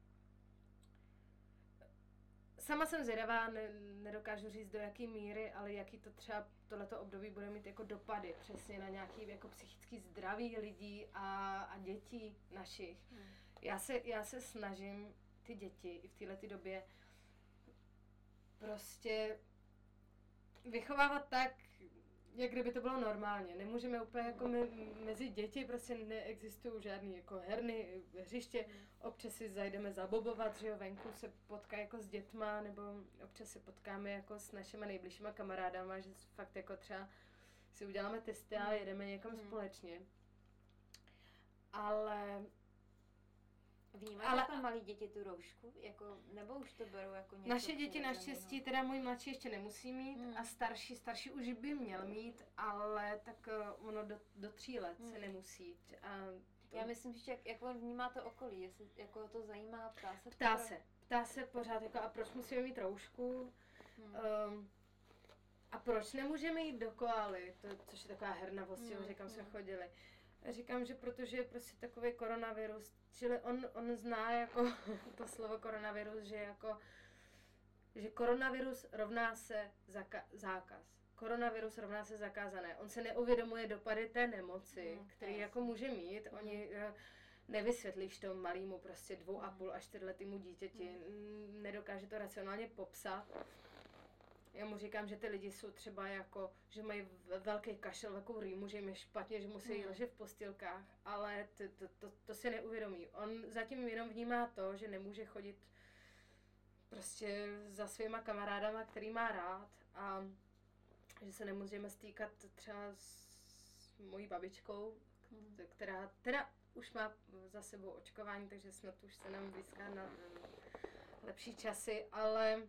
sama jsem zvědavá, nedokážu říct do jaký míry, ale jaký to třeba tohleto období bude mít jako dopady přesně na nějaký jako psychický zdraví lidí a dětí našich. Já se snažím ty děti i v této době prostě vychovávat tak, jak kdyby to bylo normálně. Nemůžeme úplně jako mezi děti, prostě neexistují žádný jako herny, hřiště. Občas si zajdeme zabobovat, že jo, venku se potká jako s dětma, nebo občas se potkáme jako s našima nejbližšíma kamarádama, že fakt jako třeba si uděláme testy a jedeme někam společně. Ale Vnímáte tam malí děti tu roušku? Jako, nebo už to berou jako něco? Naše děti naštěstí, teda můj mladší ještě nemusí mít a starší už by měl mít, ale tak ono do 3 let se nemusí. A to... Já myslím, že jak on vnímá to okolí, jestli jako to zajímá, Ptá se pořád, jako a proč musíme mít roušku? A proč nemůžeme jít do koaly? Což je taková hernavost, že kam jsme chodili. A říkám, že protože je prostě takový koronavirus, čili on zná jako to slovo koronavirus, že koronavirus rovná se zákaz. Koronavirus rovná se zakázané. On se neuvědomuje dopady té nemoci, který jako může mít. Oni nevysvětlíš to malýmu prostě 2,5 až 4letýmu dítěti, nedokáže to racionálně popsat. Já mu říkám, že ty lidi jsou třeba jako, že mají velký kašel, velkou rýmu, že jim je špatně, že musí ležet v postýlkách, ale to si neuvědomí. On zatím jenom vnímá to, že nemůže chodit prostě za svýma kamarádama, který má rád a že se nemůžeme stýkat třeba s mojí babičkou, která teda už má za sebou očkování, takže snad už se nám blízká na lepší časy, ale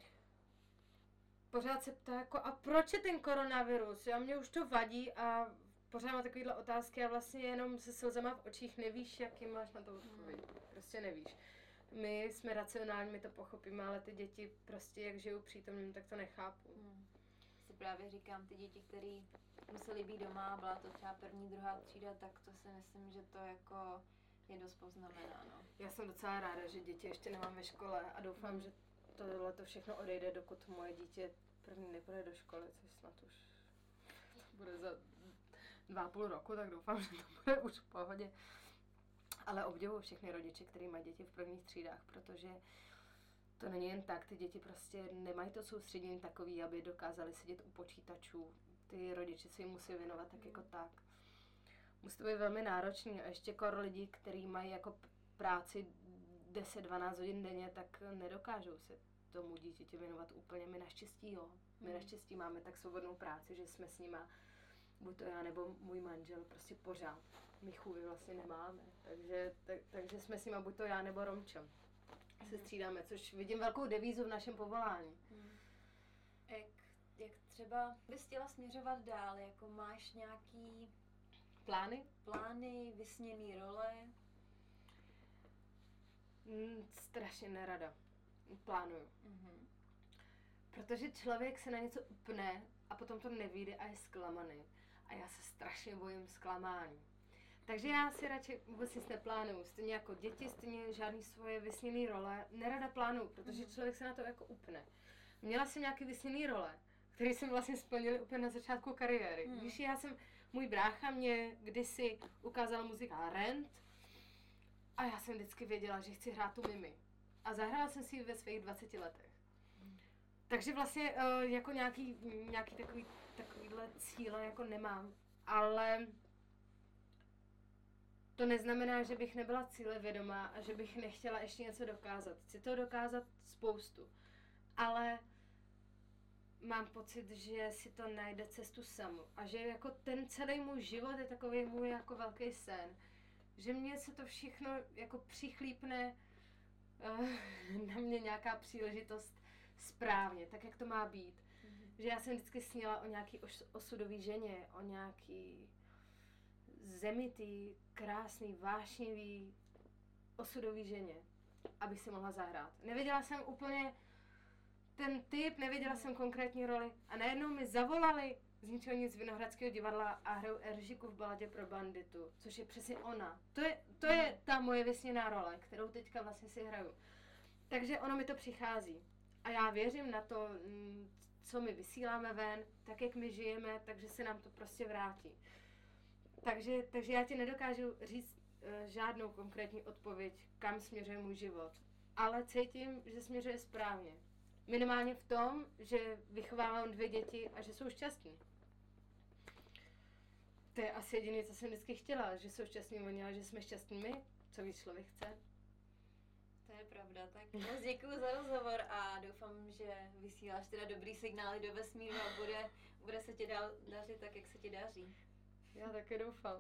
pořád se ptá jako, a proč je ten koronavirus? Já mě už to vadí a pořád má takovýhle otázky a vlastně jenom se slzama v očích nevíš, jaký máš na to odpověď. Prostě nevíš. My jsme racionální, my to pochopíme, ale ty děti prostě, jak žijou přítomným, tak to nechápou. Si právě říkám, ty děti, které museli být doma, byla to třeba 1., 2. třída, tak to si myslím, že to jako je dost poznamenáno. Já jsem docela ráda, že děti ještě nemám ve škole a doufám, že tohle to všechno odejde, dokud moje dítě první nepůjde do školy, což snad už to bude za 2,5 roku, tak doufám, že to bude už v pohodě. Ale obdivuju všechny rodiče, kteří mají děti v prvních třídách, protože to není jen tak, ty děti prostě nemají to soustředění takový, aby dokázali sedět u počítačů. Ty rodiče si jim musí věnovat tak jako tak. Musí to být velmi náročný a ještě lidi, kteří mají jako práci 10-12 hodin denně, tak nedokážou se tomu dítěti věnovat úplně. My naštěstí jo. My naštěstí máme tak svobodnou práci, že jsme s nima, buď to já nebo můj manžel, prostě pořád. My chůvy vlastně nemáme. Takže jsme s nima buď to já nebo Romčo. Se střídáme, což vidím velkou devízu v našem povolání. Jak třeba bys chtěla směřovat dál? Jako máš nějaký plány, vysněný role? Strašně nerada. Plánuju. Protože člověk se na něco upne a potom to nevyjde a je zklamaný. A já se strašně bojím zklamání. Takže já si radši vůbec nic neplánuju. Stejně jako děti, stejně žádný svoje vysněný role. Nerada plánuju, protože člověk se na to jako upne. Měla jsem nějaký vysněný role, který jsem vlastně splnila úplně na začátku kariéry. Víš, můj brácha mě kdysi ukázal muzikál Rent a já jsem vždycky věděla, že chci hrát tu Mimi. A zahrála jsem si ji ve svých 20 letech. Takže vlastně jako nějaký takovýhle cíle jako nemám, ale to neznamená, že bych nebyla cílevědomá a že bych nechtěla ještě něco dokázat. Chci to dokázat spoustu, ale mám pocit, že si to najde cestu samu a že jako ten celý můj život je takový můj jako velký sen. Že mně se to všechno jako přichlípne na mě nějaká příležitost správně, tak jak to má být. Že já jsem vždycky sněla o nějaký osudový ženě, o nějaký zemitý, krásný, vášnivý, osudový ženě, abych si mohla zahrát. Nevěděla jsem úplně ten typ, nevěděla jsem konkrétní roli a najednou mi zavolali z ničeho nic z Vinohradského divadla a hraju Eržiku v Baladě pro banditu, což je přesně ona. To je ta moje vysněná role, kterou teďka vlastně si hraju. Takže ono mi to přichází. A já věřím na to, co my vysíláme ven, tak jak my žijeme, takže se nám to prostě vrátí. Takže já ti nedokážu říct žádnou konkrétní odpověď, kam směřuje můj život. Ale cítím, že směřuje správně. Minimálně v tom, že vychovávám 2 děti a že jsou šťastní. To je asi jediné, co jsem vždycky chtěla, že jsou šťastní oni, ale že jsme šťastní my, co víc člověk chce. To je pravda, tak moc děkuju za rozhovor a doufám, že vysíláš teda dobrý signály do vesmíru a bude se ti dál dařit tak, jak se ti daří. Já také doufám.